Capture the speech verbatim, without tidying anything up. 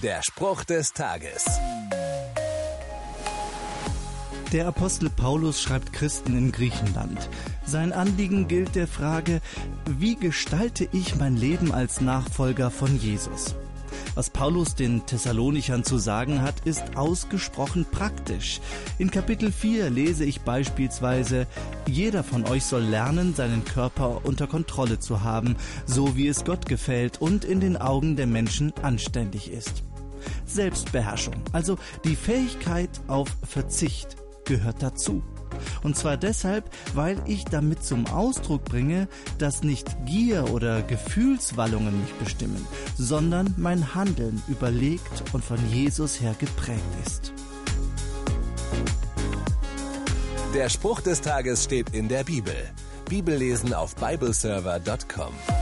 Der Spruch des Tages. Der Apostel Paulus schreibt Christen in Griechenland. Sein Anliegen gilt der Frage, wie gestalte ich mein Leben als Nachfolger von Jesus? Was Paulus den Thessalonichern zu sagen hat, ist ausgesprochen praktisch. In Kapitel vier lese ich beispielsweise: Jeder von euch soll lernen, seinen Körper unter Kontrolle zu haben, so wie es Gott gefällt und in den Augen der Menschen anständig ist. Selbstbeherrschung, also die Fähigkeit auf Verzicht, gehört dazu. Und zwar deshalb, weil ich damit zum Ausdruck bringe, dass nicht Gier oder Gefühlswallungen mich bestimmen, sondern mein Handeln überlegt und von Jesus her geprägt ist. Der Spruch des Tages steht in der Bibel. Bibellesen auf bibleserver punkt com.